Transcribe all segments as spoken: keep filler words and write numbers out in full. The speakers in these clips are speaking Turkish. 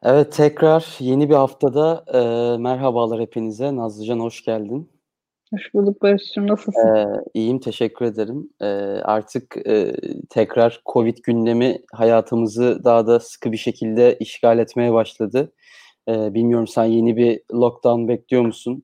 Evet, tekrar yeni bir haftada, eee, merhabalar hepinize. Nazlıcan hoş geldin. Hoş bulduk Barış'cığım, nasılsın? Eee, iyiyim, teşekkür ederim. Eee, artık, eee, tekrar COVID gündemi hayatımızı daha da sıkı bir şekilde işgal etmeye başladı. Eee, bilmiyorum sen yeni bir lockdown bekliyor musun?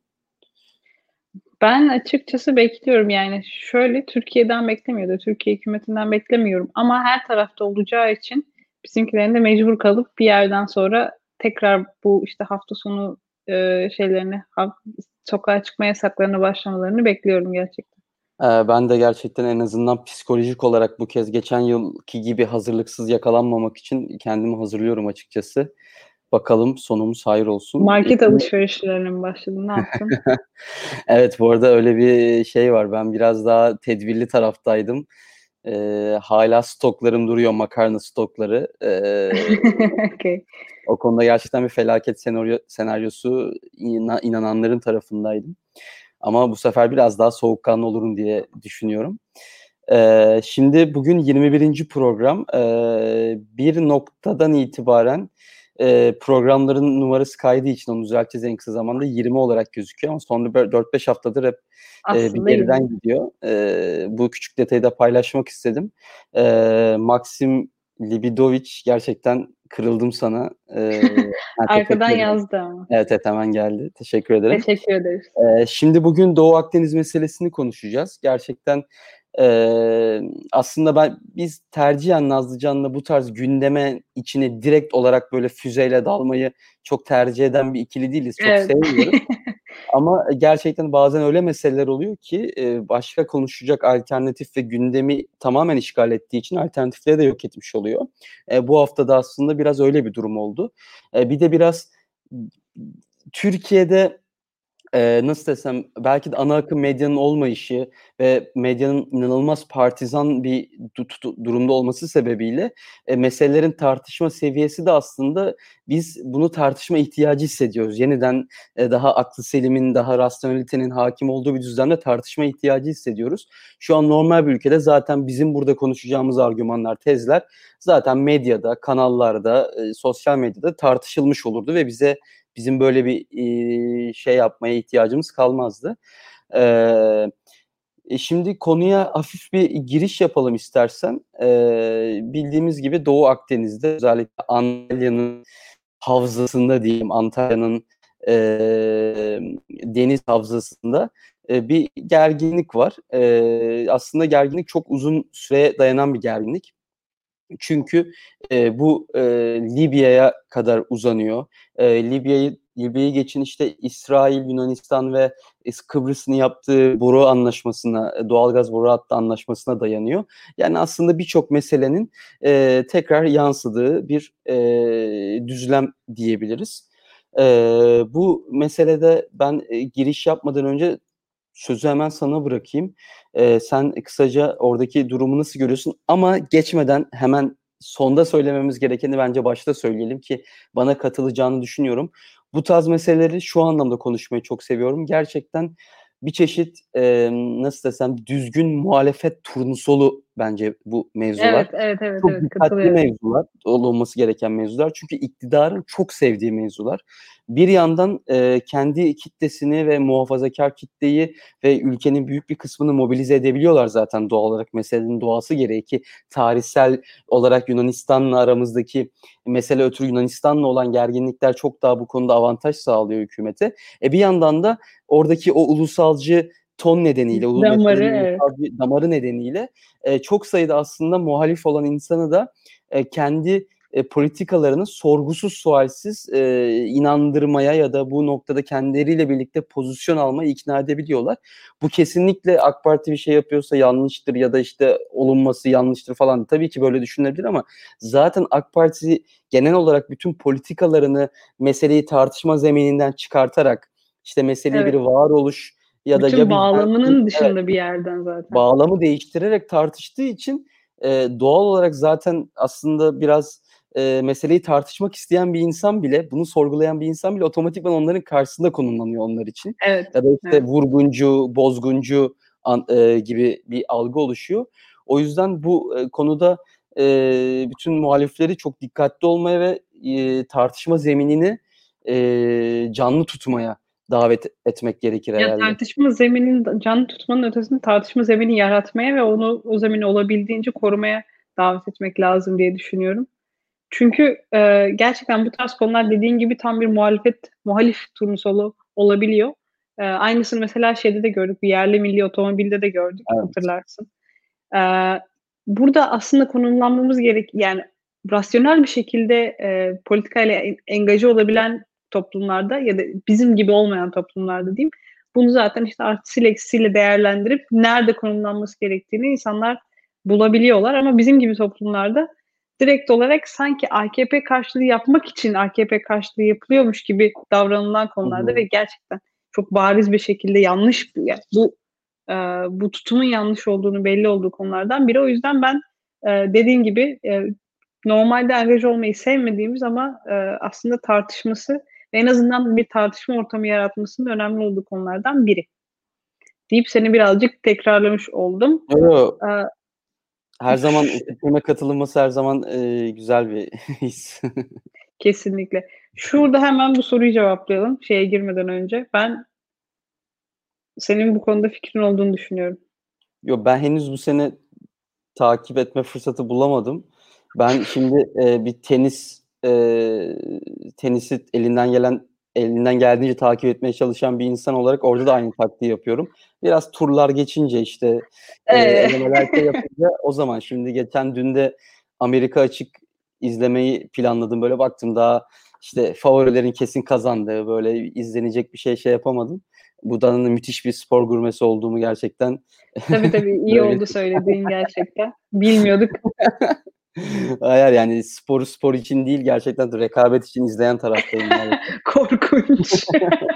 Ben açıkçası bekliyorum. Yani, şöyle, Türkiye'den beklemiyorum, Türkiye hükümetinden beklemiyorum ama her tarafta olacağı için bizimkilerin de mecbur kalıp bir yerden sonra tekrar bu, işte, hafta sonu, eee, şeylerini, hav sokağa çıkma yasaklarına başlamalarını bekliyorum gerçekten. Eee, ben de gerçekten en azından psikolojik olarak bu kez geçen yılki gibi hazırlıksız yakalanmamak için kendimi hazırlıyorum açıkçası. Bakalım sonumuz hayır olsun. Market alışverişlerine mi başladın, ne yaptın? Evet, bu arada öyle bir şey var. Ben biraz daha tedbirli taraftaydım. Eee, hâlâ stoklarım duruyor, makarna stokları. Eee, Okay. o konuda gerçekten bir felaket senaryo senaryosu ina inananların tarafındaydım. Ama bu sefer biraz daha soğukkanlı olurum diye düşünüyorum. Eee, şimdi bugün yirmi birinci program. Eee, bir noktadan itibaren, eee, programların numarası kaydığı için onu düzelteceğiz en kısa zamanda. yirmi olarak gözüküyor ama son böyle dört beş haftadır hep, eee, bir Aslında geriden yirmi. gidiyor. Eee, bu küçük detayı da paylaşmak istedim. Eee, Maxim Libidovic gerçekten kırıldım sana. Eee, ha, Arkadan teşekkür ederim. yazdı ama. Evet, evet, hemen geldi. Teşekkür ederim. Teşekkür ederiz. Eee, şimdi bugün Doğu Akdeniz meselesini konuşacağız. Gerçekten, eee, aslında ben biz tercihen Nazlıcan'la bu tarz gündeme içine direkt olarak böyle füzeyle dalmayı çok tercih eden bir ikili değiliz. Çok Evet. sevmiyoruz ama gerçekten bazen öyle meseleler oluyor ki, eee, başka konuşacak alternatif ve gündemi tamamen işgal ettiği için alternatifleri de yok etmiş oluyor. Eee, bu hafta da aslında biraz öyle bir durum oldu. Eee, bir de biraz Türkiye'de Eee, nasıl desem, belki de ana akım medyanın olmayışı ve medyanın inanılmaz partizan bir du tutu durumda olması sebebiyle, eee, meselelerin tartışma seviyesi de aslında biz bunu tartışma ihtiyacı hissediyoruz. Yeniden, eee, daha aklı selimin, daha rasyonelitenin hâkim olduğu bir düzlemde tartışma ihtiyacı hissediyoruz. Şu an normal bir ülkede zaten bizim burada konuşacağımız argümanlar, tezler zaten medyada, kanallarda, eee, sosyal medyada tartışılmış olurdu ve bize bizim böyle bir, iii, şey yapmaya ihtiyacımız kalmazdı. Eee, e, şimdi konuya hafif bir giriş yapalım istersen. Eee, bildiğimiz gibi Doğu Akdeniz'de özellikle Antalya'nın havzasında diyeyim, Antalya'nın, emm, deniz havzasında, eee, bir gerginlik var. Eee, aslında gerginlik çok uzun süreye dayanan bir gerginlik. Çünkü, eee, bu, eee, Libya'ya kadar uzanıyor. Eee, Libya'yı Libya'yı geçin, işte, İsrail, Yunanistan ve is Kıbrıs'ın yaptığı boru anlaşmasına, eee, doğalgaz boru hattı anlaşmasına dayanıyor. Yani, aslında birçok meselenin, eee, tekrar yansıdığı bir, eee, düzlem diyebiliriz. Eee, bu meselede ben, eee, giriş yapmadan önce sözü hemen sana bırakayım. Eee, sen kısaca oradaki durumu nasıl görüyorsun? Ama geçmeden hemen sonda söylememiz gerekeni bence başta söyleyelim ki bana katılacağını düşünüyorum. Bu tarz meseleleri şu anlamda konuşmayı çok seviyorum. Gerçekten bir çeşit, emm, nasıl desem, düzgün muhalefet turnusolu bence bu mevzular. Evet, evet, evet, Çok evet, dikkatli katılıyorum. mevzular, olunması gereken mevzular. Çünkü iktidarın çok sevdiği mevzular. Bir yandan, eee, kendi kitlesini ve muhafazakâr kitleyi ve ülkenin büyük bir kısmını mobilize edebiliyorlar zaten doğal olarak meselenin doğası gereği ki tarihsel olarak Yunanistan'la aramızdaki mesele ötürü Yunanistan'la olan gerginlikler çok daha bu konuda avantaj sağlıyor hükümete. E, bir yandan da oradaki o ulusalcı ton nedeniyle, ulu Damarı, meselenin evet. ulusalcı damarı nedeniyle, eee, çok sayıda aslında muhalif olan insanı da, eee, kendi, eee, politikalarını sorgusuz sualsiz, eee, inandırmaya ya da bu noktada kendileriyle birlikte pozisyon almaya ikna edebiliyorlar. Bu kesinlikle AK Parti bir şey yapıyorsa yanlıştır ya da, işte, olunması yanlıştır falan. Tabii ki böyle düşünülebilir ama zaten AK Parti genel olarak bütün politikalarını meseleyi tartışma zemininden çıkartarak, işte, meseleyi bir Evet. varoluş ya da Bütün ya bizden bağlamının evet, dışında bir yerden zaten. bağlamı değiştirerek tartıştığı için, eee, doğal olarak zaten aslında biraz, eee, meseleyi tartışmak isteyen bir insan bile, bunu sorgulayan bir insan bile otomatikman onların karşısında konumlanıyor onlar için. Evet, Ya da, işte, evet. vurguncu, bozguncu an eee, gibi bir algı oluşuyor. O yüzden bu, eee, konuda, eee, bütün muhalifleri çok dikkatli olmaya ve eee, tartışma zeminini, eee, canlı tutmaya davet etmek gerekir Ya, herhâlde. tartışma zeminini d canlı tutmanın ötesinde tartışma zemini yaratmaya ve onu o zemini olabildiğince korumaya davet etmek lazım diye düşünüyorum. Çünkü, eee, gerçekten bu tarz konular dediğin gibi tam bir muhalefet muhalif turnusolu olabiliyor. Eee, aynısını mesela şeyde de gördük, bir yerli milli otomobilde de gördük, Evet. hatırlarsın. Eee, burada aslında konumlanmamız gerek yani rasyonel bir şekilde, eee, politikayla en engaje olabilen toplumlarda ya da bizim gibi olmayan toplumlarda diyeyim, bunu zaten, işte, artısıyla eksisiyle değerlendirip nerede konumlanması gerektiğini insanlar bulabiliyorlar ama bizim gibi toplumlarda direkt olarak sanki A K P karşıtlığı yapmak için A K P karşıtlığı yapılıyormuş gibi davranılan Hı konularda ve hı. gerçekten çok bariz bir şekilde yanlış bu ya bu, eee, bu tutumun yanlış olduğunu belli olduğu konulardan biri. O yüzden ben, eee, dediğin gibi, eee, normalde angaja olmayı sevmediğimiz ama, eee, aslında tartışması ve en azından bir tartışma ortamı yaratmasının önemli olduğu konulardan biri deyip seni birazcık tekrarlamış oldum. Yo, yo. Eee, Her zaman ş fikrime katılınması her zaman, eee, güzel bir his. Kesinlikle. Şurada hemen bu soruyu cevaplayalım şeye girmeden önce. Ben senin bu konuda fikrin olduğunu düşünüyorum. Yo, ben henüz bu sene takip etme fırsatı bulamadım. Ben şimdi, eee, bir tenis, eee, tenisi elinden gelen elinden geldiğince takip etmeye çalışan bir insan olarak orada da aynı taktiği yapıyorum. Biraz turlar geçince, işte, eee, Eee elemeler şey yapınca o zaman şimdi geçen dün de Amerika Açık izlemeyi planladım. Böyle baktım daha, işte, favorilerin kesin kazandığı, böyle izlenecek bir şey, şey yapamadım. Buradan müthiş bir spor gurmesi olduğumu gerçekten Tabii, tabii, iyi böyle oldu söylediğin gerçekten. Bilmiyorduk. Hayır, hayır, yani sporu spor için değil, gerçekten de rekabet için izleyen taraftayım maalesef. Korkunç.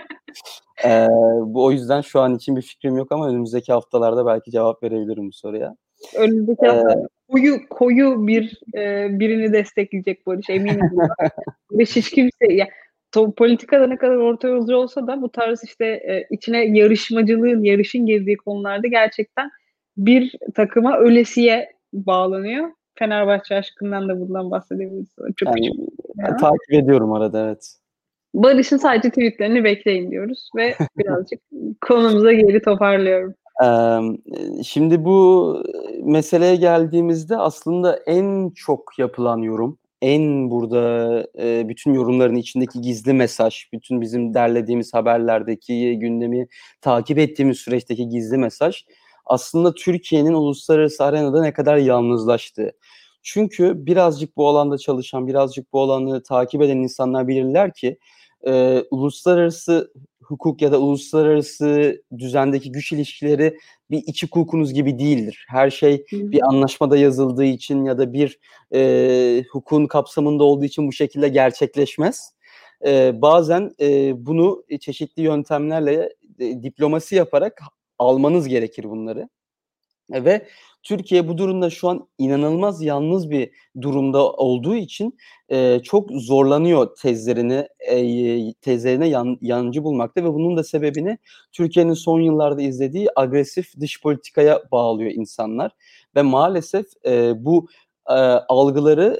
Eee, bu o yüzden şu an için bir fikrim yok ama önümüzdeki haftalarda belki cevap verebilirim bu soruya. Önümüzdeki Eee hafta koyu koyu bir, eee, birini destekleyecek Barış, eminim bundan. Barış hiç kimse ya to politikada ne kadar orta yolcu olsa da bu tarz, işte, eee, içine yarışmacılığın, yarışın girdiği konularda gerçekten bir takıma ölesiye bağlanıyor. Fenerbahçe aşkından da bundan bahsedebiliriz. Çok Yani, küçük eee, ama. takip ediyorum arada, evet. Barış'ın sadece tweet'lerini bekleyin diyoruz ve birazcık konumuza geri toparlıyorum. Emm, eee, şimdi bu meseleye geldiğimizde aslında en çok yapılan yorum, en burada, eee, bütün yorumların içindeki gizli mesaj, bütün bizim derlediğimiz haberlerdeki, gündemi takip ettiğimiz süreçteki gizli mesaj aslında Türkiye'nin uluslararası arenada ne kadar yalnızlaştığı. Çünkü birazcık bu alanda çalışan, birazcık bu alanı takip eden insanlar bilirler ki, eee, uluslararası hukuk ya da uluslararası düzendeki güç ilişkileri bir iç hukukunuz gibi değildir. Her şey Hı hı. bir anlaşmada yazıldığı için ya da bir, eee, hukukun kapsamında olduğu için bu şekilde gerçekleşmez. Eee, bazen, eee, bunu, eee, çeşitli yöntemlerle, eee, diplomasi yaparak almanız gerekir bunları. Eee, ve Türkiye bu durumda şu an inanılmaz yalnız bir durumda olduğu için, eee, çok zorlanıyor tezlerini, eee, tezlerine yan yancı bulmakta ve bunun da sebebini Türkiye'nin son yıllarda izlediği agresif dış politikaya bağlıyor insanlar ve maalesef, eee, bu, eee, algıları,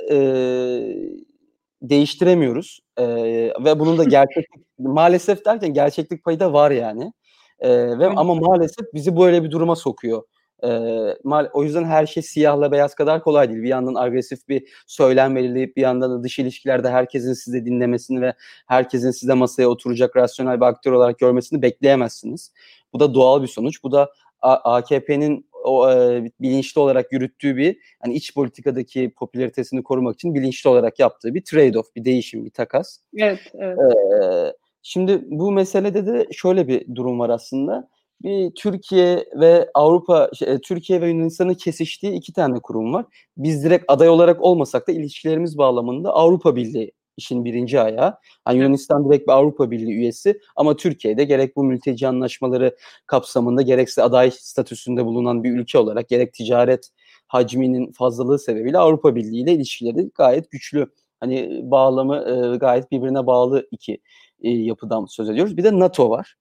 eee, değiştiremiyoruz, eee, ve bunun da gerçeklik maalesef derken gerçeklik payı da var yani. Eee, ve Öyle. ama maalesef bizi böyle bir duruma sokuyor. Eee, mal o yüzden her şey siyahla beyaz kadar kolay değil. Bir yandan agresif bir söylem belirleyip bir yandan da dış ilişkilerde herkesin sizi dinlemesini ve herkesin size masaya oturacak rasyonel bir aktör olarak görmesini bekleyemezsiniz. Bu da doğal bir sonuç. Bu da A AKP'nin o, eee, bilinçli olarak yürüttüğü bir, hani, iç politikadaki popülaritesini korumak için bilinçli olarak yaptığı bir trade off, bir değişim, bir takas. Evet, evet. Eee, şimdi bu meselede de şöyle bir durum var aslında. Bir Türkiye ve Avrupa şey, eee, Türkiye ve Yunanistan'ın kesiştiği iki tane kurum var. Biz direkt aday olarak olmasak da ilişkilerimiz bağlamında Avrupa Birliği işin birinci ayağı. Hani, Evet. Yunanistan direkt bir Avrupa Birliği üyesi ama Türkiye'de gerek bu mülteci anlaşmaları kapsamında gerekse aday statüsünde bulunan bir ülke olarak gerek ticaret hacminin fazlalığı sebebiyle Avrupa Birliği ile ilişkileri gayet güçlü. Hani, bağlamı, eee, gayet birbirine bağlı iki, iii, yapıdan söz ediyoruz. Bir de NATO var.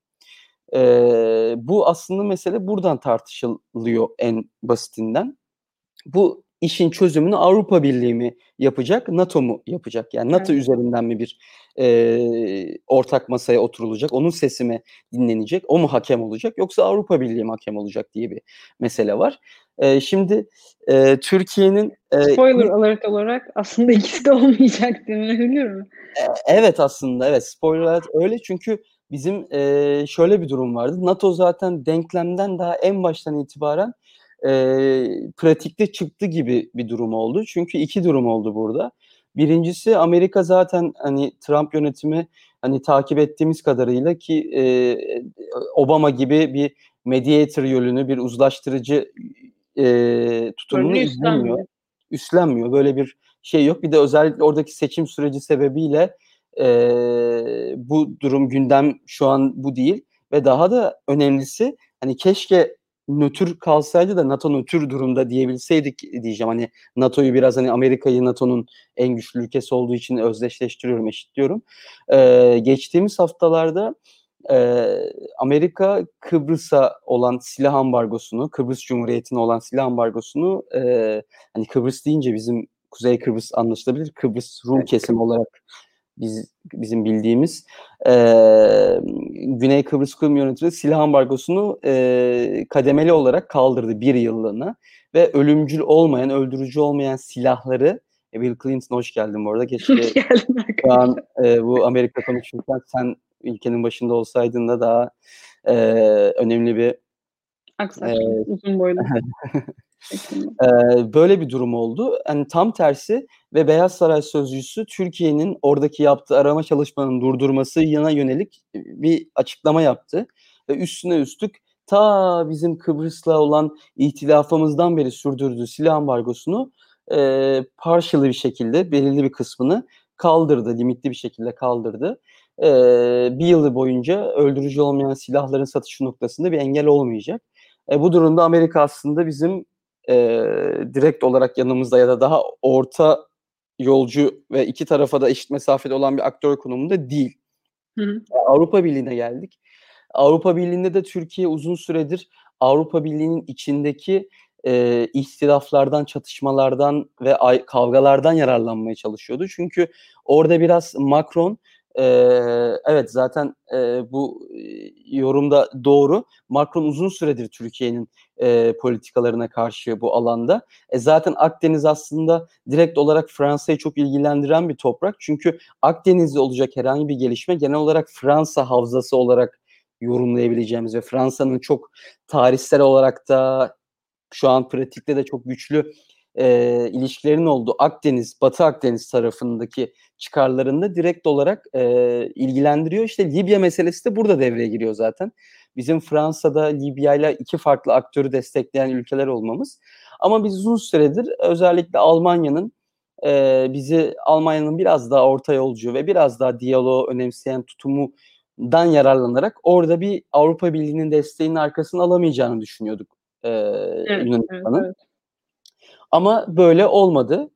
Eee, bu aslında mesele buradan tartışılıyor en basitinden. Bu işin çözümünü Avrupa Birliği mi yapacak, NATO mu yapacak? Yani NATO Evet. üzerinden mi bir, eee, ortak masaya oturulacak, onun sesi mi dinlenecek, o mu hakem olacak yoksa Avrupa Birliği mi hakem olacak diye bir mesele var. Eee, şimdi, eee, Türkiye'nin, eee, Spoiler ilk alert olarak aslında ikisi de olmayacak denilebilir mi? Eee, evet aslında, evet. Spoiler alert öyle çünkü bizim, eee, şöyle bir durum vardı. NATO zaten denklemden daha en baştan itibaren, eee, pratikte çıktı gibi bir durum oldu. Çünkü iki durum oldu burada. Birincisi Amerika zaten, hani, Trump yönetimi, hani, takip ettiğimiz kadarıyla ki, eee, Obama gibi bir mediator rolünü, bir uzlaştırıcı, eee, tutumunu Rolünü izlemiyor, üstlenmiyor. üstlenmiyor. Böyle bir şey yok. Bir de özellikle oradaki seçim süreci sebebiyle, eee, bu durum gündem şu an bu değil ve daha da önemlisi, hani, keşke nötr kalsaydı da NATO nötr durumda diyebilseydik diyeceğim. Hani, NATO'yu biraz, hani, Amerika'yı NATO'nun en güçlü ülkesi olduğu için özdeşleştiriyorum, eşitliyorum. Eee, geçtiğimiz haftalarda, eee, Amerika Kıbrıs'a olan silah ambargosunu, Kıbrıs Cumhuriyeti'ne olan silah ambargosunu, eee, hani, Kıbrıs deyince bizim Kuzey Kıbrıs anlaşılabilir. Kıbrıs Rum Evet. kesimi olarak biz bizim bildiğimiz, eee, Güney Kıbrıs Rum yönetimi silah ambargosunu, eee, kademeli olarak kaldırdı bir yıllığına ve ölümcül olmayan, öldürücü olmayan silahları e, Bill Clinton hoş geldin bu arada. Hoş Keşke geldin şu an, arkadaşlar. eee, bu Amerika konuşurken sen ülkenin başında olsaydın da daha, eee, önemli bir, Ak eee, saçlı, uzun boylu şeklinde. eee, böyle bir durum oldu. Hani, tam tersi ve Beyaz Saray sözcüsü Türkiye'nin oradaki yaptığı arama çalışmalarını durdurmasına yönelik bir açıklama yaptı ve üstüne üstlük ta bizim Kıbrıs'la olan ihtilafımızdan beri sürdürdüğü silah ambargosunu, eee, partial bir şekilde belirli bir kısmını kaldırdı, limitli bir şekilde kaldırdı. Eee, bir yıl boyunca öldürücü olmayan silahların satışı noktasında bir engel olmayacak. E, bu durumda Amerika aslında bizim, eee, direkt olarak yanımızda ya da daha orta yolcu ve iki tarafa da eşit mesafede olan bir aktör konumunda değil. Hı hı. E, Avrupa Birliği'ne geldik. Avrupa Birliği'nde de Türkiye uzun süredir Avrupa Birliği'nin içindeki, eee, ihtilaflardan, çatışmalardan ve ay kavgalardan yararlanmaya çalışıyordu. Çünkü orada biraz Macron, eee, evet zaten, eee, bu, eee, yorum da doğru. Macron uzun süredir Türkiye'nin, eee, politikalarına karşı bu alanda. E, zaten Akdeniz aslında direkt olarak Fransa'yı çok ilgilendiren bir toprak. Çünkü Akdeniz'de olacak herhangi bir gelişme genel olarak Fransa havzası olarak yorumlayabileceğimiz ve Fransa'nın çok tarihsel olarak da şu an pratikte de çok güçlü, eee, ilişkilerinin olduğu Akdeniz, Batı Akdeniz tarafındaki çıkarlarını da direkt olarak, eee, ilgilendiriyor. İşte Libya meselesi de burada devreye giriyor zaten. Bizim Fransa'da Libya'yla iki farklı aktörü destekleyen ülkeler olmamız ama biz uzun süredir özellikle Almanya'nın, eee, bizi Almanya'nın biraz daha orta yolcu ve biraz daha diyaloğu önemseyen tutumundan yararlanarak orada bir Avrupa Birliği'nin desteğinin arkasını alamayacağını düşünüyorduk, eee, Evet, evet, Yunanistan'ın. evet. Ama böyle olmadı.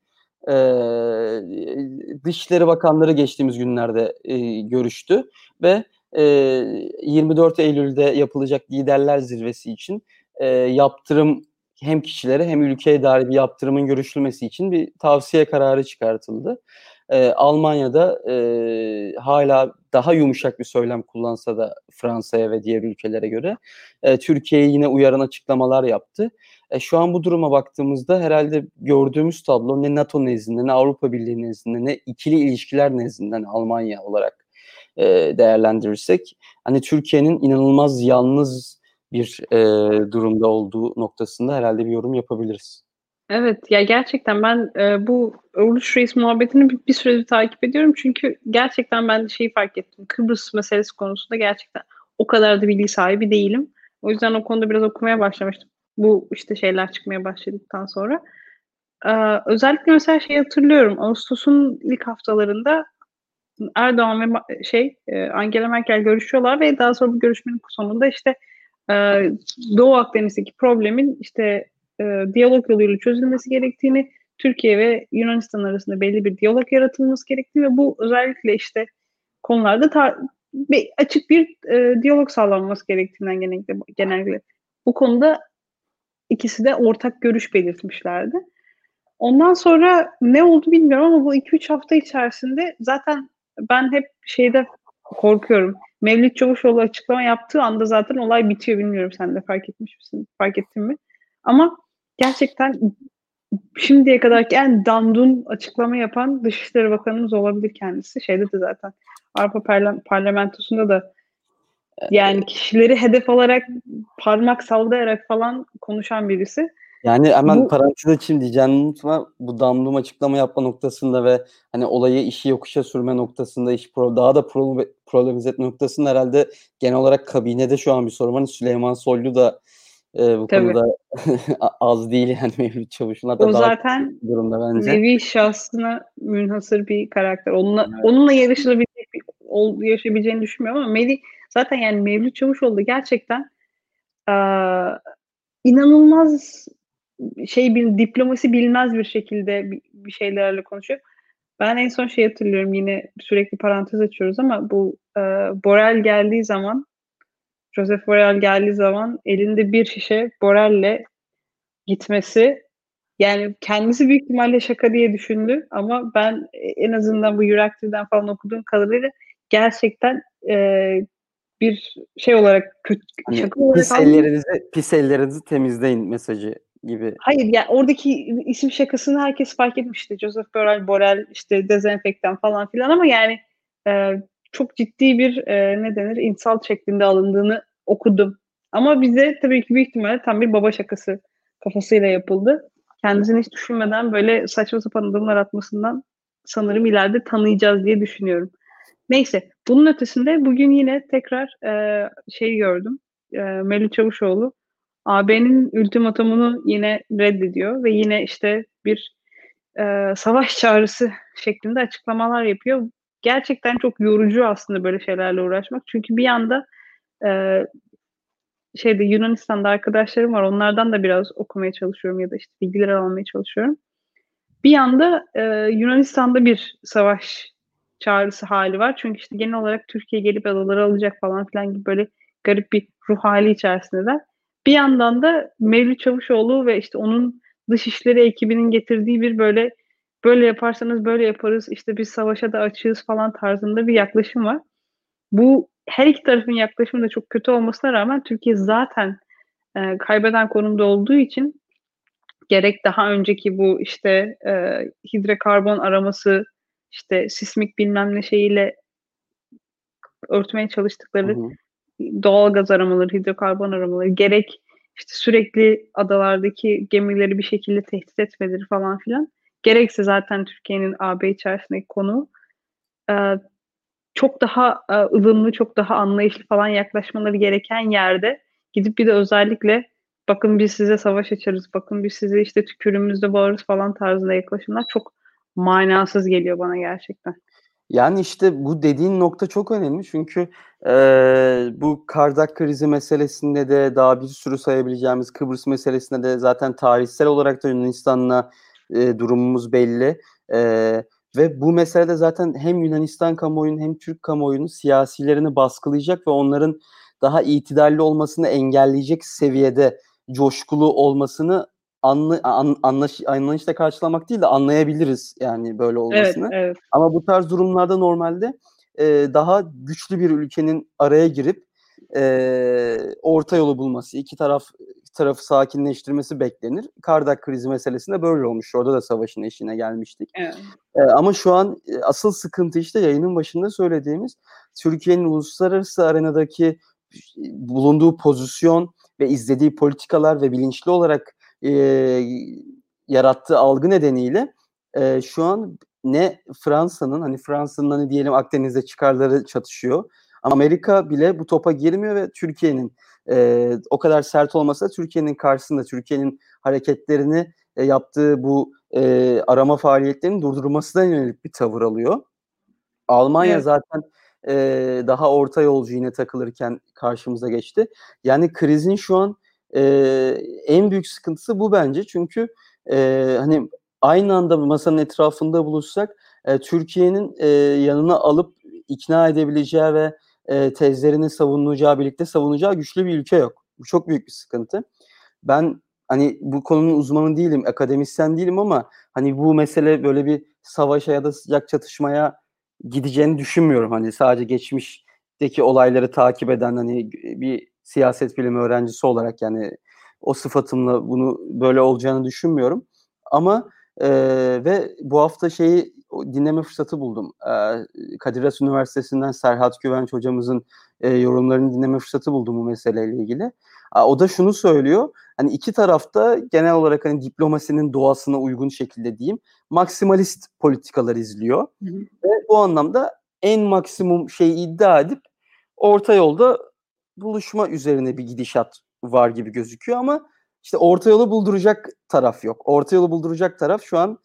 Eee, Dışişleri Bakanları geçtiğimiz günlerde, eee, görüştü ve, eee, yirmi dört Eylül'de yapılacak Liderler Zirvesi için, eee, yaptırım hem kişilere hem ülkeye dair bir yaptırımın görüşülmesi için bir tavsiye kararı çıkartıldı. Eee, Almanya'da, eee, hâlâ daha yumuşak bir söylem kullansa da Fransa'ya ve diğer ülkelere göre, eee, Türkiye'ye yine uyaran açıklamalar yaptı. E, şu an bu duruma baktığımızda herhâlde gördüğümüz tablo ne NATO nezdinde ne Avrupa Birliği nezdinde ne ikili ilişkiler nezdinde hani Almanya olarak, eee, değerlendirirsek, hani, Türkiye'nin inanılmaz yalnız bir, eee, durumda olduğu noktasında herhâlde bir yorum yapabiliriz. Evet, ya gerçekten ben, eee, bu Oruç Reis muhabbetini bi bir süredir takip ediyorum. Çünkü gerçekten ben de şeyi fark ettim. Kıbrıs meselesi konusunda gerçekten o kadar da bilgi sahibi değilim. O yüzden o konuda biraz okumaya başlamıştım. Bu, işte, şeyler çıkmaya başladıktan sonra. Aaa, özellikle mesela şeyi hatırlıyorum. Ağustos'un ilk haftalarında Erdoğan ve ma şey, eee, Angela Merkel görüşüyorlar ve daha sonra bu görüşmenin sonunda, işte, eee, Doğu Akdeniz'deki problemin, işte, eee, diyalog yoluyla çözülmesi gerektiğini, Türkiye ve Yunanistan arasında belli bir diyalog yaratılması gerektiğini ve bu özellikle, işte, konularda tar bir açık bir, eee, diyalog sağlanması gerektiğinden genellikle genellikle bu konuda ikisi de ortak görüş belirtmişlerdi. Ondan sonra ne oldu bilmiyorum ama bu iki üç hafta içerisinde zaten ben hep şeyde korkuyorum. Mevlüt Çavuşoğlu açıklama yaptığı anda zaten olay bitiyor. Bilmiyorum sen de fark etmiş misin? Fark ettin mi? Ama gerçekten şimdiye kadarki en dandun açıklama yapan Dışişleri Bakanımız olabilir kendisi. Şeyde de zaten Avrupa Parla- Parlamentosu'nda da yani kişileri hedef alarak parmak sallayarak falan konuşan birisi. Yani hemen Bu parantez açayım diyeceğimi unutma. Bu damdum açıklama yapma noktasında ve hani olayı işi yokuşa sürme noktasında, iş pro, daha da pro, problemize etme noktasında herhalde genel olarak kabinede şu an bir sorun var. Hani Süleyman Soylu da e, bu tabii. konuda az değil yani Mevlüt Çavuş'un hatta O daha zaten kötü durumda bence. nevi şahsına münhasır bir karakter. Onunla Evet. onunla yarışılabilecek bir ol, yarışabileceğini düşünmüyorum ama Melih zaten yani Mevlüt Çavuşoğlu da gerçekten eee, inanılmaz şey bir diplomasi bilmez bir şekilde bir, bir şeylerle konuşuyor. Ben en son şey hatırlıyorum yine sürekli parantez açıyoruz ama bu e, Borrell geldiği zaman Joseph Borrell geldiği zaman elinde bir şişe Borrell'le gitmesi yani kendisi büyük ihtimalle şaka diye düşündü ama ben en azından bu Euractiv'den falan okuduğum kadarıyla gerçekten e, bir şey olarak kötü, Hani şaka olarak pis algıladı. ellerinizi pis ellerinizi temizleyin mesajı gibi. Hayır yani oradaki isim şakasını herkes fark etmişti. Joseph Borrell, Borrell işte dezenfektan falan filan ama yani e, çok ciddi bir e, ne denir insult şeklinde alındığını okudum. Ama bize tabii ki büyük ihtimalle tam bir baba şakası kafasıyla yapıldı. Kendisini hiç düşünmeden böyle saçma sapan adımlar atmasından sanırım ileride tanıyacağız diye düşünüyorum. Neyse bunun ötesinde bugün yine tekrar e, şey gördüm. E, Melih Çavuşoğlu A B'nin ultimatomunu yine reddediyor ve yine işte bir e, savaş çağrısı şeklinde açıklamalar yapıyor. Gerçekten çok yorucu aslında böyle şeylerle uğraşmak. Çünkü bir yanda e, şeyde Yunanistan'da arkadaşlarım var. Onlardan da biraz okumaya çalışıyorum ya da işte bilgiler almaya çalışıyorum. Bir yanda e, Yunanistan'da bir savaş çağrısı hali var. Çünkü işte genel olarak Türkiye gelip adaları alacak falan filan gibi böyle garip bir ruh hali içerisindeler. Bir yandan da Mevlüt Çavuşoğlu ve işte onun dışişleri ekibinin getirdiği bir böyle böyle yaparsanız böyle yaparız işte biz savaşa da açığız falan tarzında bir yaklaşım var. Bu her iki tarafın yaklaşımı da çok kötü olmasına rağmen Türkiye zaten e, kaybeden konumda olduğu için gerek daha önceki bu işte e, hidrokarbon araması işte sismik bilmem ne şeyiyle örtmeye Hı çalıştıkları hı. doğal gaz aramaları, hidrokarbon aramaları gerek işte sürekli adalardaki gemileri bir şekilde tehdit etmeleri falan filan gerekse zaten Türkiye'nin A B içerisindeki konu e, çok daha e, ılımlı, çok daha anlayışlı falan yaklaşmaları gereken yerde gidip bir de özellikle bakın biz size savaş açarız, bakın biz size işte tükürüğümüzde boğarız falan tarzında yaklaşımlar çok manasız geliyor bana gerçekten. Yani, işte, bu dediğin nokta çok önemli çünkü, eee, bu Kardak krizi meselesinde de daha bir sürü sayabileceğimiz Kıbrıs meselesinde de zaten tarihsel olarak da Yunanistan'la, eee, durumumuz belli. Eee, ve bu meselede zaten hem Yunanistan kamuoyunu hem Türk kamuoyunu siyasilerini baskılayacak ve onların daha itidalli olmasını engelleyecek seviyede coşkulu olmasını anlı an anlaş anlayışla karşılamak değil de anlayabiliriz, yani, böyle Evet, olmasını. evet, Ama bu tarz durumlarda normalde, eee, daha güçlü bir ülkenin araya girip, eee, orta yolu bulması, iki taraf tarafı sakinleştirmesi beklenir. Kardak krizi meselesinde böyle olmuş. Orada da savaşın eşiğine gelmiştik. evet, Eee, ama şu an, eee, asıl sıkıntı, işte, yayının başında söylediğimiz Türkiye'nin uluslararası arenadaki bulunduğu pozisyon ve izlediği politikalar ve bilinçli olarak, eee, yarattığı algı nedeniyle, eee, şu an ne Fransa'nın, hani, Fransa'nın, hani, diyelim Akdeniz'de çıkarları çatışıyor. Amerika bile bu topa girmiyor ve Türkiye'nin, eee, o kadar sert olmasa da Türkiye'nin karşısında, Türkiye'nin hareketlerini, eee, yaptığı bu, eee, arama faaliyetlerinin durdurulmasına yönelik bir tavır alıyor. Almanya evet, zaten, eee, daha orta yolcu yine takılırken karşımıza geçti. Yani krizin şu an, eee, en büyük sıkıntısı bu bence. Çünkü, eee, hani, aynı anda masanın etrafında buluşsak, eee, Türkiye'nin, eee, yanına alıp ikna edebileceği ve, eee, tezlerini savunacağı, birlikte savunacağı güçlü bir ülke yok. Bu çok büyük bir sıkıntı. Ben hani bu konunun uzmanı değilim, akademisyen değilim ama hani bu mesele böyle bir savaşa ya da sıcak çatışmaya gideceğini düşünmüyorum. Hani sadece geçmişteki olayları takip eden hani bir siyaset bilimi öğrencisi olarak yani o sıfatımla bunu böyle olacağını düşünmüyorum. Ama e, ve bu hafta şeyi dinleme fırsatı buldum. E, Kadir Has Üniversitesi'nden Serhat Güvenç hocamızın e, yorumlarını dinleme fırsatı buldum bu meseleyle ilgili. A, o da şunu söylüyor. Hani iki tarafta genel olarak hani diplomasinin doğasına uygun şekilde diyeyim maksimalist politikalar izliyor. Hı hı. Ve bu anlamda en maksimum şeyi iddia edip orta yolda buluşma üzerine bir gidişat var gibi gözüküyor ama işte orta yolu bulduracak taraf yok. Orta yolu bulduracak taraf şu an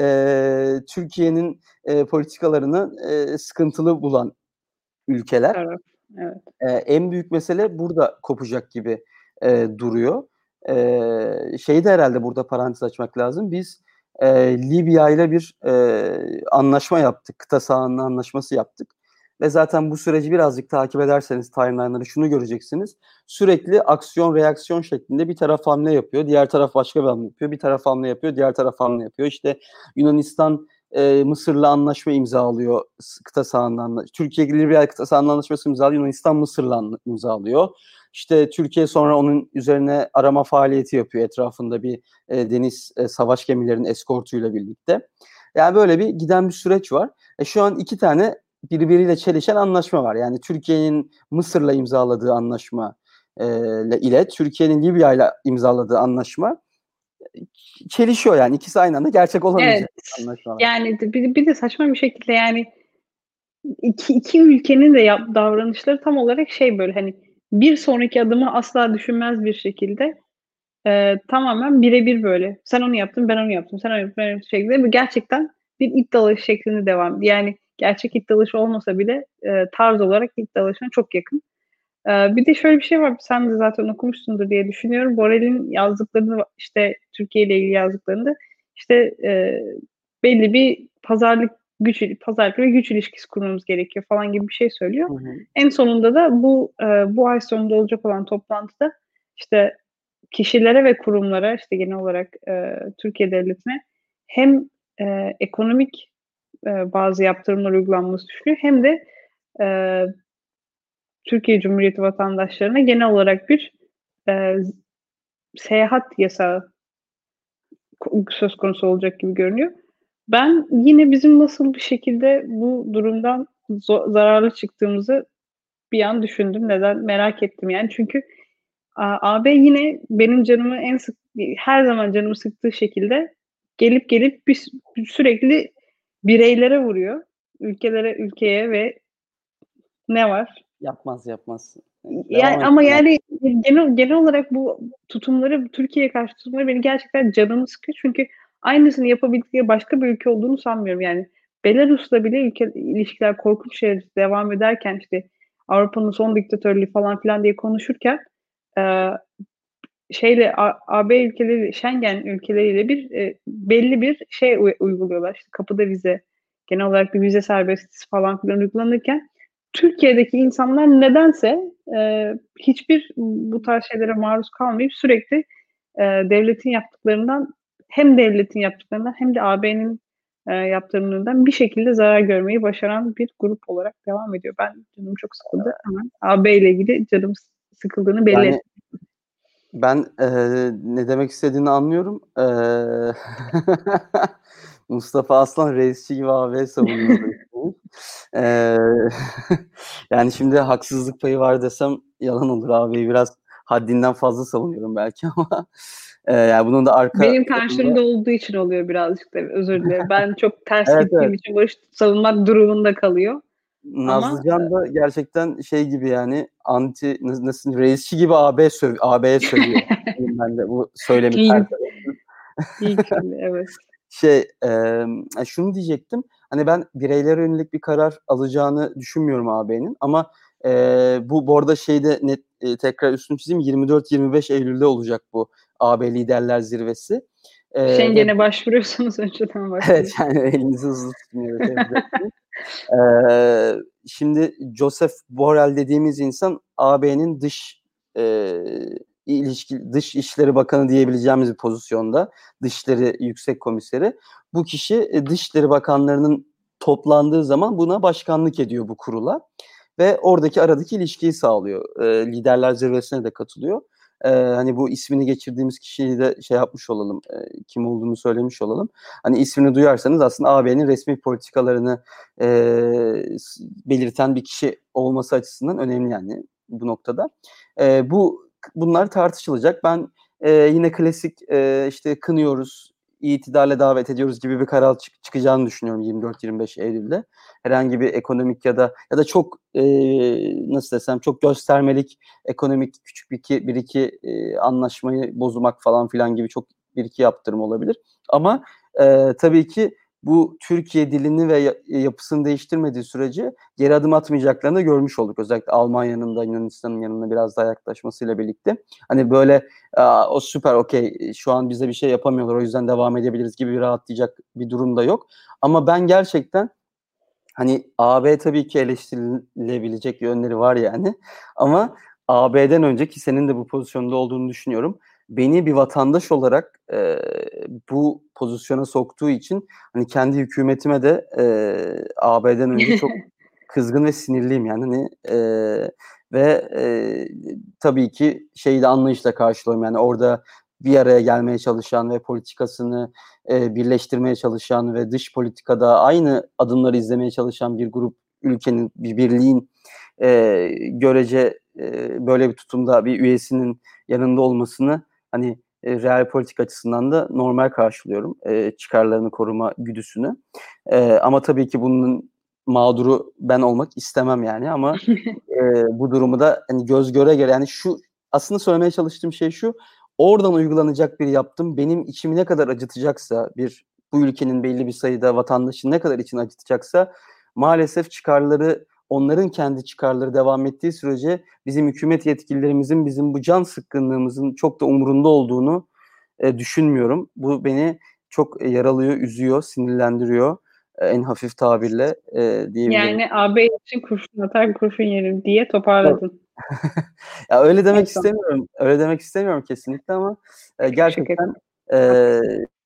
e, Türkiye'nin e, politikalarını e, sıkıntılı bulan ülkeler. Evet, evet. Eee, en büyük mesele burada kopacak gibi, eee, duruyor. Eee, şeyi de herhâlde burada parantez açmak lazım. Biz, eee, Libya'yla bir, eee, anlaşma yaptık. Kıta sahanlığı anlaşması yaptık ve zaten bu süreci birazcık takip ederseniz timeline'ları şunu göreceksiniz. Sürekli aksiyon, reaksiyon şeklinde bir taraf hamle yapıyor, diğer taraf başka bir hamle yapıyor, bir taraf hamle yapıyor, diğer taraf hamle yapıyor. İşte Yunanistan Eee, Mısır'la anlaşma imzalıyor. Kıta sahanlığı anla Türkiye Libya kıta sahanlığı anlaşması imzalıyor. Yunanistan Mısır'la anla imzalıyor. İşte Türkiye sonra onun üzerine arama faaliyeti yapıyor etrafında bir e, deniz e, savaş gemilerinin eskortuyla birlikte. Yani böyle bir giden bir süreç var. E, şu an iki tane birbiriyle çelişen anlaşma var. Yani Türkiye'nin Mısır'la imzaladığı anlaşma e, ile Türkiye'nin Libya'yla imzaladığı anlaşma çelişiyor yani. İkisi aynı anda gerçek Evet. olamayacak anlaşmalar. Yani bir bir de saçma bir şekilde yani iki iki ülkenin de yap davranışları tam olarak şey böyle hani bir sonraki adımı asla düşünmez bir şekilde, eee, tamamen bire bir böyle. Sen onu yaptın, ben onu yaptım. Sen onu yaptın, ben onu yaptım şeklinde gerçekten bir it dalaşı şeklinde devam. Yani gerçek it dalaşı olmasa bile, eee, tarz olarak it dalaşına çok yakın. Eee, bir de şöyle bir şey var, sen de zaten okumuşsundur diye düşünüyorum. Borrell'in yazdıklarını, işte, Türkiye ile ilgili yazdıklarında, işte, eee, belli bir pazarlık güç il pazarlık ve güç ilişkisi kurmamız gerekiyor falan gibi bir şey söylüyor. Hı hı. En sonunda da bu, eee, bu ay sonunda olacak olan toplantıda, işte, kişilere ve kurumlara, işte, genel olarak, eee, Türkiye Devleti'ne hem, eee, ekonomik, eee, bazı yaptırımlar uygulanması düşünüyor hem de, eee Türkiye Cumhuriyeti vatandaşlarına genel olarak bir, eee, seyahat yasağı ko söz konusu olacak gibi görünüyor. Ben yine bizim nasıl bir şekilde bu durumdan zo zararlı çıktığımızı bir an düşündüm. Neden? Merak ettim yani. Çünkü a AB yine benim canımı en sık her zaman canımı sıktığı şekilde gelip gelip bir sürekli bireylere vuruyor. Ülkelere, ülkeye ve ne var? Yapmaz, yapmaz. Yani Devam et. ama yani genel genel olarak bu tutumları, Türkiye'ye karşı tutumları beni gerçekten canımı sıkıyor. Çünkü aynısını yapabildikleri başka bir ülke olduğunu sanmıyorum. Yani Belarus'la bile ülke ilişkiler korkunç derecede devam ederken, işte, Avrupa'nın son diktatörlüğü falan filan diye konuşurken, eee, şeyle A AB ülkeleri, Schengen ülkeleriyle bir, eee, belli bir şey uy uyguluyorlar. İşte, kapıda vize, genel olarak bir vize serbestisi falan filan uygulanırken Türkiye'deki insanlar nedense, eee, hiçbir bu tarz şeylere maruz kalmayıp sürekli, eee, devletin yaptıklarından hem devletin yaptıklarından hem de A B'nin, eee, yaptırımlarından bir şekilde zarar görmeyi başaran bir grup olarak devam ediyor. Ben canım çok sıkıldı. Hemen A B ile ilgili canım s sıkıldığını belli Yani ettim. ben, eee, ne demek istediğini anlıyorum. Eee, Mustafa Aslan reisçi gibi A B'yi savunuyor. Eee, yani şimdi haksızlık payı var desem yalan olur. A B'yi biraz haddinden fazla savunuyorum belki ama, eee, yani bunun da arka Benim fonunda karşımda olduğu için oluyor birazcık da, özür dilerim. Ben çok ters Evet, evet. gittiğim için Barış'ı savunmak durumunda kalıyor ama, Nazlıcan da gerçekten şey gibi yani anti nas nasıl diyeyim reisçi gibi A B söv A B'ye sövüyor. Diyeyim ben de bu söylemi İyi terk iyi cümle, evet. Şey, emm, e, şunu diyecektim, hani, ben bireylere yönelik bir karar alacağını düşünmüyorum A B'nin ama, eee, bu bu arada şeyi de net, eee, tekrar üstünü çizeyim, yirmi dört yirmi beş Eylül'de olacak bu A B Liderler Zirvesi, eee, ve Schengen'e başvuruyorsanız önceden Evet, başvurun. yani elinizi hızlı tutun ya da şey yapacaksınız. Eee, şimdi Joseph Borrell dediğimiz insan A B'nin dış, eee ilişki Dış İşleri Bakanı diyebileceğimiz bir pozisyonda. Dışişleri Yüksek Komiseri. Bu kişi e, Dışişleri Bakanlarının toplandığı zaman buna başkanlık ediyor bu kurula ve oradaki aradaki ilişkiyi sağlıyor. E, Liderler Zirvesi'ne de katılıyor. E, hani bu ismini geçirdiğimiz kişiyi de şey yapmış olalım, e, kim olduğunu söylemiş olalım. Hani ismini duyarsanız aslında A B'nin resmi politikalarını e, belirten bir kişi olması açısından önemli yani bu noktada. E, bu bunlar tartışılacak. Ben e, yine klasik e, işte kınıyoruz, itidarla davet ediyoruz gibi bir karar çık- çıkacağını düşünüyorum yirmi dört yirmi beş Eylül'de. Herhangi bir ekonomik ya da ya da çok e, nasıl desem çok göstermelik ekonomik küçük bir iki, bir iki e, anlaşmayı bozmak falan filan gibi çok bir iki yaptırım olabilir. Ama e, tabii ki bu Türkiye dilini ve yapısını değiştirmediği sürece geri adım atmayacaklarını da görmüş olduk. Özellikle Almanya'nın da Yunanistan'ın yanına biraz daha yaklaşmasıyla birlikte. Hani böyle o süper okey şu an bize bir şey yapamıyorlar o yüzden devam edebiliriz gibi bir rahatlayacak bir durum da yok. Ama ben gerçekten hani A B tabii ki eleştirilebilecek yönleri var yani. Ama A B'den önceki senin de bu pozisyonda olduğunu düşünüyorum. Beni bir vatandaş olarak e, bu pozisyona soktuğu için hani kendi hükümetime de e, A B'den önce çok kızgın ve sinirliyim yani. Hani, e, ve e, tabii ki şeyi de anlayışla karşılıyorum yani orada bir araya gelmeye çalışan ve politikasını e, birleştirmeye çalışan ve dış politikada aynı adımları izlemeye çalışan bir grup ülkenin, bir birliğin e, görece e, böyle bir tutumda bir üyesinin yanında olmasını hani e, real politik açısından da normal karşılıyorum. E, çıkarlarını koruma güdüsünü. E, ama tabii ki bunun mağduru ben olmak istemem yani ama e, bu durumu da hani göz göre göre yani şu aslında söylemeye çalıştığım şey şu oradan uygulanacak bir yaptım benim içimi ne kadar acıtacaksa bir bu ülkenin belli bir sayıda vatandaşı ne kadar için acıtacaksa maalesef çıkarları onların kendi çıkarları devam ettiği sürece bizim hükümet yetkililerimizin bizim bu can sıkkınlığımızın çok da umurunda olduğunu e, düşünmüyorum. Bu beni çok e, yaralıyor, üzüyor, sinirlendiriyor e, en hafif tabirle e, diyebilirim. Yani A B için kurşun atar kurşun yerim diye toparladın. Ya öyle demek En son. istemiyorum. Öyle demek istemiyorum kesinlikle ama e, Çok şükür. gerçekten e,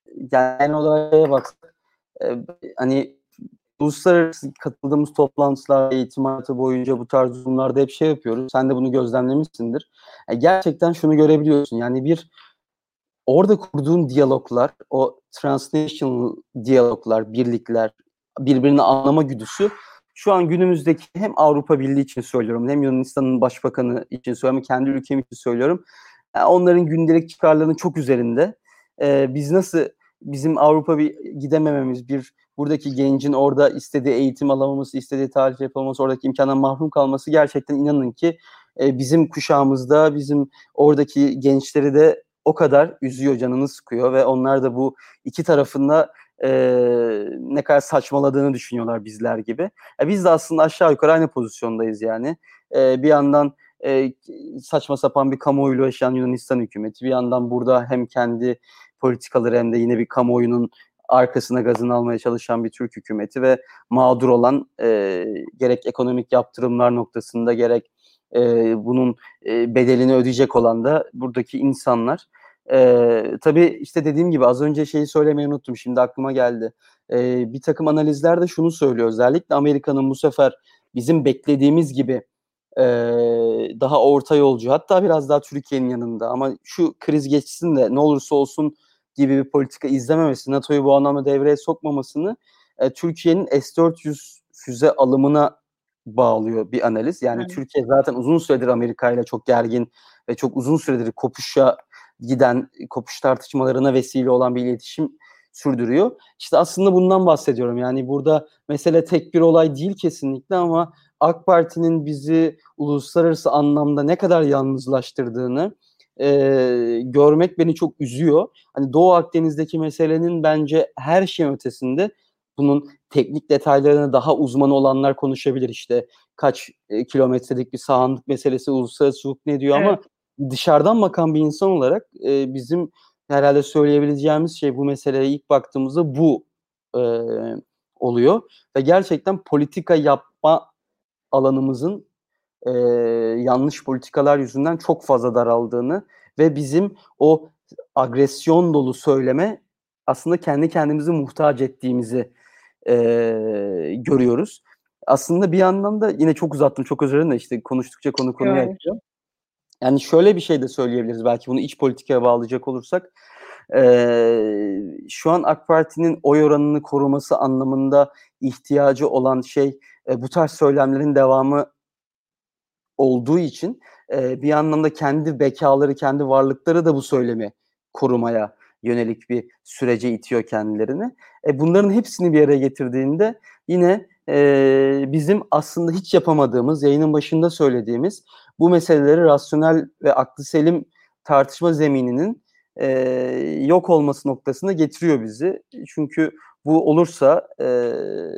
genel olarak baksak e, hani uluslararası katıldığımız toplantılar, eğitim hayatı boyunca bu tarz durumlarda hep şey yapıyoruz. Sen de bunu gözlemlemişsindir. E, gerçekten şunu görebiliyorsun. Yani bir orada kurduğun diyaloglar, o transnational diyaloglar, birlikler, birbirini anlama güdüsü şu an günümüzdeki hem Avrupa Birliği için söylüyorum, hem Yunanistan'ın başbakanı için söylüyorum, kendi ülkem için söylüyorum. Yani onların gündelik çıkarlarının çok üzerinde. Ee, biz nasıl bizim Avrupa bir gidemememiz, bir buradaki gencin orada istediği eğitim alamaması, istediği tarih yapamaması, oradaki imkandan mahrum kalması gerçekten inanın ki e, bizim kuşağımızda, bizim oradaki gençleri de o kadar üzüyor, canını sıkıyor ve onlar da bu iki tarafında e, ne kadar saçmaladığını düşünüyorlar bizler gibi. E, biz de aslında aşağı yukarı aynı pozisyondayız yani. E, bir yandan e, saçma sapan bir kamuoyuyla yaşayan Yunanistan hükümeti, bir yandan burada hem kendi politikaları hem de yine bir kamuoyunun arkasına gazını almaya çalışan bir Türk hükümeti ve mağdur olan e, gerek ekonomik yaptırımlar noktasında gerek e, bunun e, bedelini ödeyecek olan da buradaki insanlar. Ee, tabii işte dediğim gibi az önce şeyi söylemeyi unuttum. Şimdi aklıma geldi. Ee, bir takım analizler de şunu söylüyor. Özellikle Amerika'nın bu sefer bizim beklediğimiz gibi e, daha orta yolcu hatta biraz daha Türkiye'nin yanında ama şu kriz geçsin de ne olursa olsun gibi bir politika izlememesi, NATO'yu bu anlamda devreye sokmamasını e, Türkiye'nin S dört yüz füze alımına bağlıyor bir analiz. Yani Evet. Türkiye zaten uzun süredir Amerika ile çok gergin ve çok uzun süredir kopuşa giden, kopuş tartışmalarına vesile olan bir iletişim sürdürüyor. İşte aslında bundan bahsediyorum. Yani burada mesele tek bir olay değil kesinlikle ama AK Parti'nin bizi uluslararası anlamda ne kadar yalnızlaştırdığını e, görmek beni çok üzüyor. Hani Doğu Akdeniz'deki meselenin bence her şeyin ötesinde bunun teknik detaylarını daha uzmanı olanlar konuşabilir. İşte kaç e, kilometrelik bir sahanlık meselesi, uluslararası hukuk ne diyor ama Evet. dışarıdan bakan bir insan olarak e, bizim herhalde söyleyebileceğimiz şey bu meseleye ilk baktığımızda bu e, oluyor ve gerçekten politika yapma alanımızın e, yanlış politikalar yüzünden çok fazla daraldığını ve bizim o agresyon dolu söyleme aslında kendi kendimizi muhtaç ettiğimizi eee, görüyoruz. Aslında bir yandan da yine çok uzattım, çok özür dilerim de işte konuştukça konu Yo, konuyu hayır. açıyor. Yani şöyle bir şey de söyleyebiliriz belki bunu iç politikaya bağlayacak olursak. Eee, şu an AK Parti'nin oy oranını koruması anlamında ihtiyacı olan şey, eee, bu tarz söylemlerin devamı olduğu için, eee, bir anlamda kendi bekâları, kendi varlıkları da bu söylemi korumaya yönelik bir sürece itiyor kendilerini. E, bunların hepsini bir araya getirdiğinde yine, eee, bizim aslında hiç yapamadığımız, yayının başında söylediğimiz bu meseleleri rasyonel ve aklıselim tartışma zemininin, eee, yok olması noktasına getiriyor bizi. Çünkü bu olursa, eee,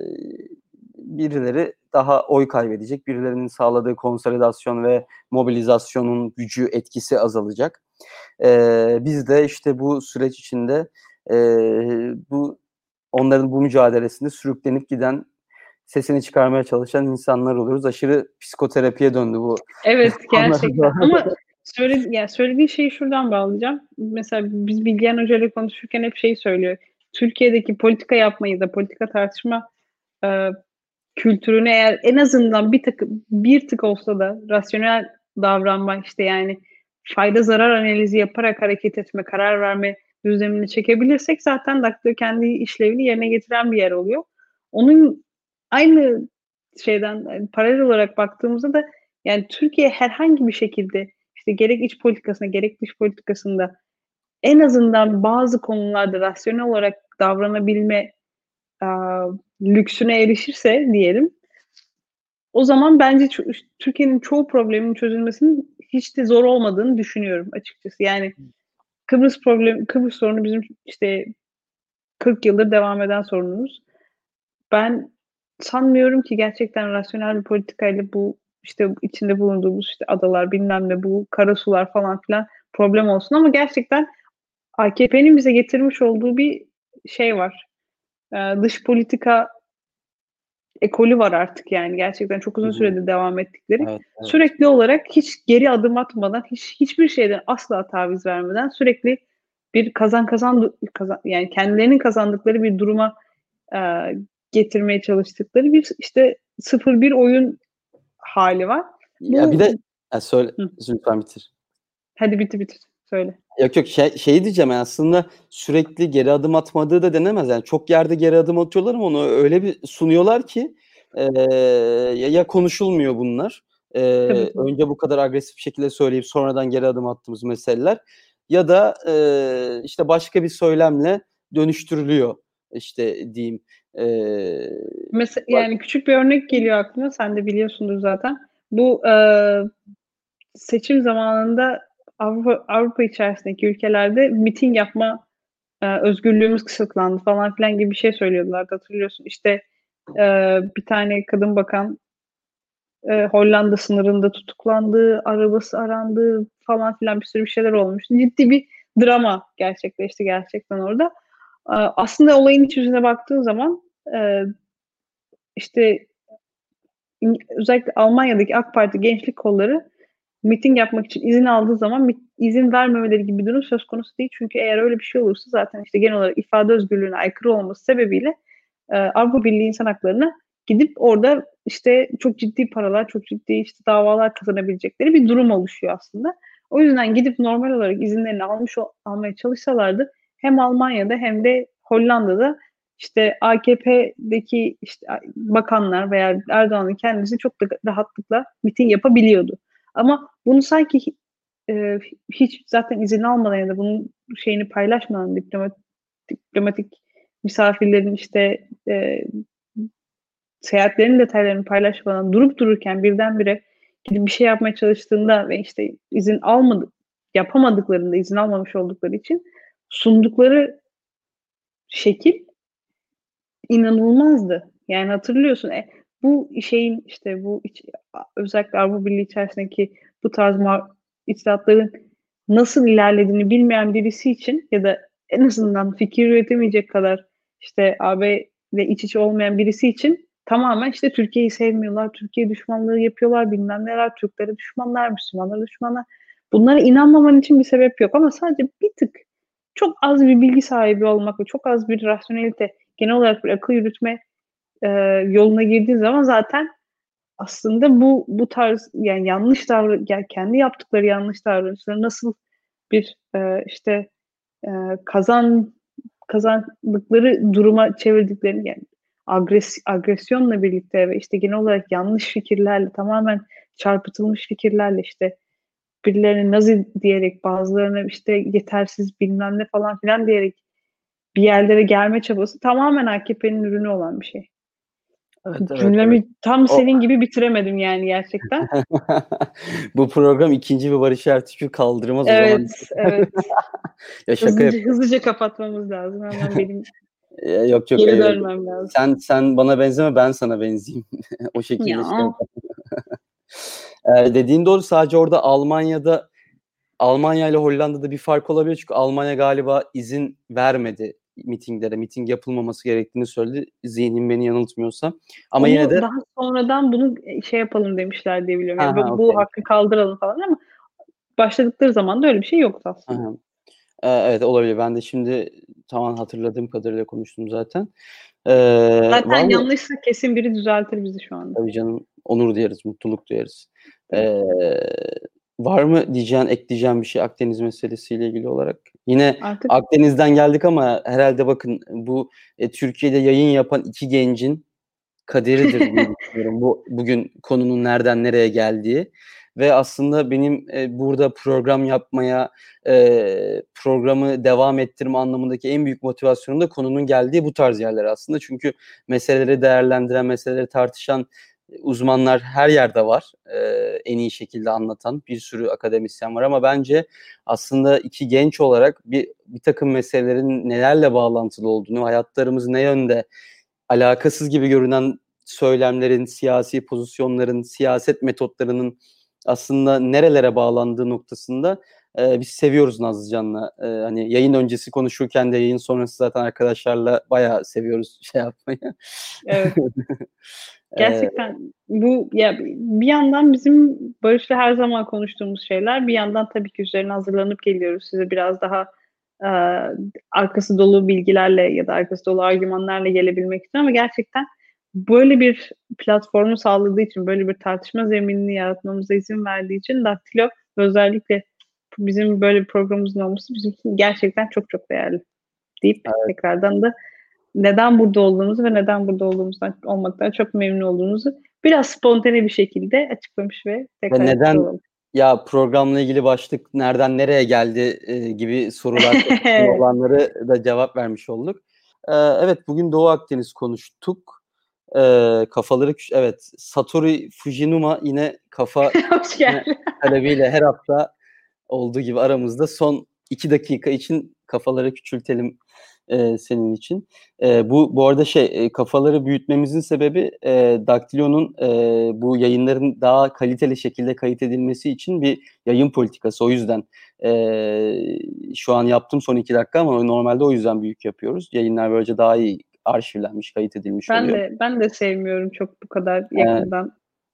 birileri daha oy kaybedecek, birilerinin sağladığı konsolidasyon ve mobilizasyonun gücü, etkisi azalacak. Eee, biz de işte bu süreç içinde, eee, bu onların bu mücadelesinde sürüklenip giden, sesini çıkarmaya çalışan insanlar oluyoruz. Aşırı psikoterapiye döndü bu Evet, gerçekten anlattıklarım. ama söyledi ya, söylediğin şeyi şuradan bağlayacağım. Mesela biz Bilgehan Hoca'yla konuşurken hep şeyi söylüyor. Türkiye'deki politika yapmayı da politika tartışma, eee, kültürünü eğer en azından bir tık bir tık olsa da rasyonel davranma, işte, yani, fayda zarar analizi yaparak hareket etme, karar verme düzlemine çekebilirsek zaten daktilo kendi işlevini yerine getiren bir yer oluyor. Onun aynı şeyden, eee, paralel olarak baktığımızda da, yani, Türkiye herhangi bir şekilde, işte, gerek iç politikasında gerek dış politikasında en azından bazı konularda rasyonel olarak davranabilme, aaa, lüksüne erişirse diyelim, o zaman bence ço üş Türkiye'nin çoğu probleminin çözülmesinin hiç de zor olmadığını düşünüyorum açıkçası. Yani, Kıbrıs problemi Kıbrıs sorunu bizim, işte, kırk yıldır devam eden sorunumuz. Ben sanmıyorum ki gerçekten rasyonel bir politikayla bu, işte, içinde bulunduğumuz, işte, adalar, bilmem ne, bu karasular falan filan problem olsun ama gerçekten A K P'nin bize getirmiş olduğu bir şey var. Eee, dış politika ekolü var artık yani gerçekten çok Hı uzun hı. süredir devam ettikleri. Evet, evet. Sürekli olarak hiç geri adım atmadan, hiç hiçbir şeyden asla taviz vermeden sürekli bir kazan kazan du kazan yani kendilerinin kazandıkları bir duruma, eee, getirmeye çalıştıkları bir, işte, sıfır bir oyun hâli var. Ya, bir Bu de Ha, söyle, Hıh. lütfen bitir. Hadi bitir, bitir. Söyle. Yok, yok, şey şeyi diyeceğim, yani, aslında sürekli geri adım atmadığı da denemez. Yani, çok yerde geri adım atıyorlar ama onu öyle bir sunuyorlar ki, eee, ya ya konuşulmuyor bunlar, Tabii, eee, tabii. önce bu kadar agresif bir şekilde söyleyip sonradan geri adım attığımız meseleler ya da, eee, işte, başka bir söylemle dönüştürülüyor, işte, diyeyim. Eee, Mese bak yani, küçük bir örnek geliyor aklıma, sen de biliyorsundur zaten. Bu, eee, seçim zamanında Avrupa Avrupa içerisindeki ülkelerde miting yapma, eee, özgürlüğümüz kısıtlandı falan filan gibi bir şey söylüyorlardı, hatırlıyorsun. İşte, eee, bir tane kadın bakan, eee, Hollanda sınırında tutuklandı, arabası arandı falan filan bir sürü bir şeyler olmuştu. Ciddi bir drama gerçekleşti gerçekten orada. Aaa, aslında olayın iç yüzüne baktığın zaman, eee, işte, İng özellikle Almanya'daki AK Parti gençlik kolları miting yapmak için izin aldığı zaman mit izin vermemeleri gibi bir durum söz konusu değil. Çünkü eğer öyle bir şey olursa zaten, işte, genel olarak ifade özgürlüğüne aykırı olması sebebiyle, eee, Avrupa Birliği İnsan Hakları'na gidip orada, işte, çok ciddi paralar, çok ciddi, işte, davalar kazanabilecekleri bir durum oluşuyor aslında. O yüzden gidip normal olarak izinlerini almış ol almaya çalışsalardı hem Almanya'da hem de Hollanda'da, işte, A K P'deki, işte, a bakanlar veya Erdoğan'ın kendisi çok da rahatlıkla miting yapabiliyordu. Ama bunu sanki hi eee, hiç zaten izin almadan ya da bunun şeyini paylaşmadan diplomat diplomatik misafirlerin, işte, eee, seyahatlerinin detaylarını paylaşmadan durup dururken birdenbire gidip bir şey yapmaya çalıştığında ve, işte, izin almadı yapamadıklarında, izin almamış oldukları için sundukları şekil inanılmazdı. Yani hatırlıyorsun, e, bu şeyin, işte, bu iç a özellikle Avrupa Birliği içerisindeki bu tarz ma icraatların nasıl ilerlediğini bilmeyen birisi için ya da en azından fikir üretemeyecek kadar, işte, A B ile iç içe olmayan birisi için tamamen, işte, Türkiye'yi sevmiyorlar, Türkiye düşmanlığı yapıyorlar, bilmem neler, Türklere düşmanlar, Müslümanlara düşmanlar. Bunlara inanmaman için bir sebep yok ama sadece bir tık, çok az bir bilgi sahibi olmak ve çok az bir rasyonelite, genel olarak bir akıl yürütme, eee, yoluna girdiğin zaman zaten aslında bu bu tarz, yani, yanlış davran yani, kendi yaptıkları yanlış davranışları nasıl bir, eee, işte, eee, kazan kazandıkları duruma çevirdiklerini, yani, agres agresyonla birlikte ve, işte, genel olarak yanlış fikirlerle, tamamen çarpıtılmış fikirlerle, işte, birilerine Nazi diyerek, bazılarına, işte, yetersiz bilmem ne falan filan diyerek bir yerlere gelme çabası tamamen A K P'nin ürünü olan bir şey. Evet, evet, evet. Cümlemi tam O senin gibi bitiremedim yani gerçekten. Bu program ikinci bir Barış Ertüç'ü kaldırmaz o zaman. Evet, evet. Ya, şaka Hızlıca yapıyorum. hızlıca kapatmamız lazım. Hemen benim Eee, yok, yok, geri eee, dönmem lazım. sen sen bana benzeme, ben sana benzeyeyim. O şekilde şey Ya. yapalım. Eee, dediğin doğru. Sadece orada Almanya'da Almanya ile Hollanda'da bir fark olabilir. Çünkü Almanya galiba izin vermedi mitinglere. Miting yapılmaması gerektiğini söyledi. Zihnim beni yanıltmıyorsa. Ama yine Onu de daha sonradan bunu, eee, şey yapalım demişler diye biliyorum. Ha Yani, ha, bu bu okay, hakkı okay. kaldıralım falan ama başladıkları zaman da öyle bir şey yoktu Hı aslında. hı. Eee, evet, olabilir. Ben de şimdi tam an hatırladığım kadarıyla konuştum zaten. Eee, Zaten vallahi yanlışsa kesin biri düzeltir bizi şu anda. Tabii canım, onur duyarız, mutluluk duyarız. Eee, var mı diyeceğin, ekleyeceğin bir şey Akdeniz meselesiyle ilgili olarak? Yine Artık Akdeniz'den geldik ama herhâlde bakın bu, eee, Türkiye'de yayın yapan iki gencin kaderidir diye düşünüyorum. Bu bugün konunun nereden nereye geldiği ve aslında benim, eee, burada program yapmaya, eee, programı devam ettirme anlamındaki en büyük motivasyonum da konunun geldiği bu tarz yerler aslında. Çünkü meseleleri değerlendiren, meseleleri tartışan, eee, uzmanlar her yerde var. Eee, en iyi şekilde anlatan bir sürü akademisyen var ama bence aslında iki genç olarak bir birtakım meselelerin nelerle bağlantılı olduğunu, hayatlarımız ne yönde alakasız gibi görünen söylemlerin, siyasi pozisyonların, siyaset metotlarının aslında nerelere bağlandığı noktasında, eee, biz seviyoruz Nazlıcan'la. Eee, hani, yayın öncesi konuşurken de yayın sonrası zaten arkadaşlarla bayağı seviyoruz şey yapmayı. Evet. Eee Gerçekten bu ya, bir yandan bizim Barış'la her zaman konuştuğumuz şeyler, bir yandan tabii ki üzerine hazırlanıp geliyoruz. Size biraz daha, eee, arkası dolu bilgilerle ya da arkası dolu argümanlarla gelebilmek için ama gerçekten böyle bir platformu sağladığı için, böyle bir tartışma zeminini yaratmamıza izin verdiği için Daktilo ve özellikle bizim böyle bir programımızın olması bizim için gerçekten çok çok değerli deyip Evet. tekrardan da neden burada olduğumuzu ve neden burada olduğumuzdan olmaktan çok memnun olduğumuzu biraz spontane bir şekilde açıklamış ve Ve tekrar etmiş neden olalım. ya programla ilgili başlık nereden nereye geldi, eee, gibi sorular kafasında olanları da cevap vermiş olduk. Eee, evet, bugün Doğu Akdeniz konuştuk. Eee, kafaları küç evet, Satoru Fujinuma yine kafa Hoş küçültme geldin. talebiyle her hafta olduğu gibi aramızda. Son iki dakika için kafaları küçültelim, eee, senin için. Eee, bu bu arada şey, eee, kafaları büyütmemizin sebebi, eee, Daktilo'nun, eee, bu yayınların daha kaliteli şekilde kayıt edilmesi için bir yayın politikası. O yüzden, eee, şu an yaptım son iki dakika ama normalde o yüzden büyük yapıyoruz. Yayınlar böylece daha iyi arşivlenmiş, kayıt edilmiş Ben oluyor. de ben de sevmiyorum çok bu kadar Eee yakından.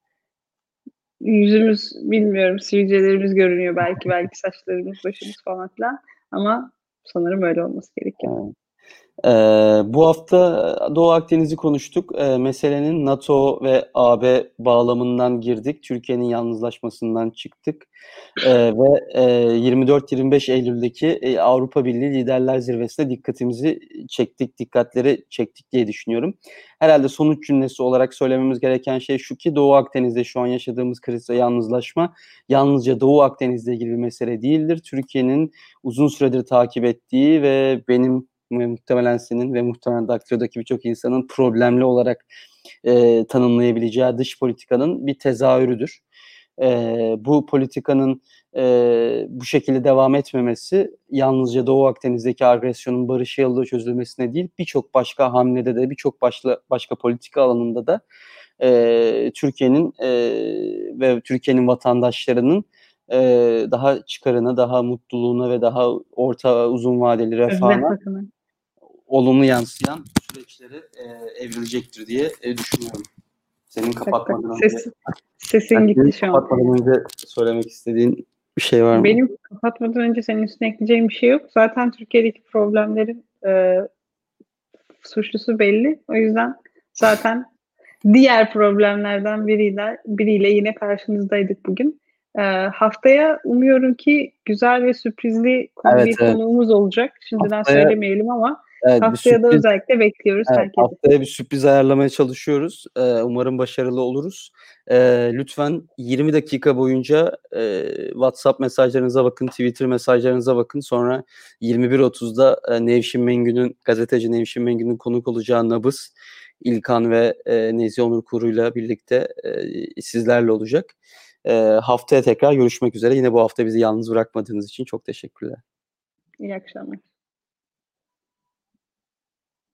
Yüzümüz, bilmiyorum, sivilcelerimiz görünüyor belki, belki saçlarımız, başımız falan filan ama sanırım öyle olması gerekiyor. Evet. Eee, bu hafta Doğu Akdeniz'i konuştuk. Eee, meselenin NATO ve A B bağlamından girdik. Türkiye'nin yalnızlaşmasından çıktık. Eee, ve, eee, yirmi dört yirmi beş Eylül'deki, eee, Avrupa Birliği Liderler Zirvesi'ne dikkatimizi çektik, dikkatleri çektik diye düşünüyorum. Herhâlde sonuç cümlesi olarak söylememiz gereken şey şu ki Doğu Akdeniz'de şu an yaşadığımız kriz ve yalnızlaşma yalnızca Doğu Akdeniz'le ilgili bir mesele değildir. Türkiye'nin uzun süredir takip ettiği ve benim ve muhtemelen senin ve muhtemelen Daktilo'daki birçok insanın problemli olarak, eee, tanımlayabileceği dış politikanın bir tezahürüdür. Eee, bu politikanın, eee, bu şekilde devam etmemesi yalnızca Doğu Akdeniz'deki agresyonun barış yoluyla çözülmesine değil, birçok başka hamlede de, birçok başla başka politika alanında da, eee, Türkiye'nin, eee, ve Türkiye'nin vatandaşlarının, eee, daha çıkarına, daha mutluluğuna ve daha orta, uzun vadeli refahına Refahına. olumlu yansıyan süreçlere, eee, evrilecektir diye, eee, düşünüyorum. Senin Tak tak. kapatmadan önce Ses sesin sen senin gitti şu an. kapatmadan önce söylemek istediğin Bir şey var mı? Benim kapatmadan önce senin üstüne ekleyeceğim bir şey yok. Zaten Türkiye'deki problemlerin, eee, suçlusu belli. O yüzden zaten diğer problemlerden biriyle biriyle yine karşınızdaydık bugün. Eee, haftaya umuyorum ki güzel ve sürprizli konu Evet, bir evet. konuğumuz olacak. Şimdiden Haftaya söylemeyelim ama evet, bir haftaya da sürpriz özellikle bekliyoruz Evet, herkesi. haftaya bir sürpriz ayarlamaya çalışıyoruz. Eee, umarım başarılı oluruz. Eee, lütfen yirmi dakika boyunca, eee, WhatsApp mesajlarınıza bakın, Twitter mesajlarınıza bakın. Sonra yirmi bir otuzda eee, Nevşin Mengü'nün, gazeteci Nevşin Mengü'nün konuk olacağı Nabız, İlkan ve eee, Nezih Onur Kuru'yla birlikte eee, sizlerle olacak. Eee, haftaya tekrar görüşmek üzere. Yine bu hafta bizi yalnız bırakmadığınız için çok teşekkürler. İyi akşamlar.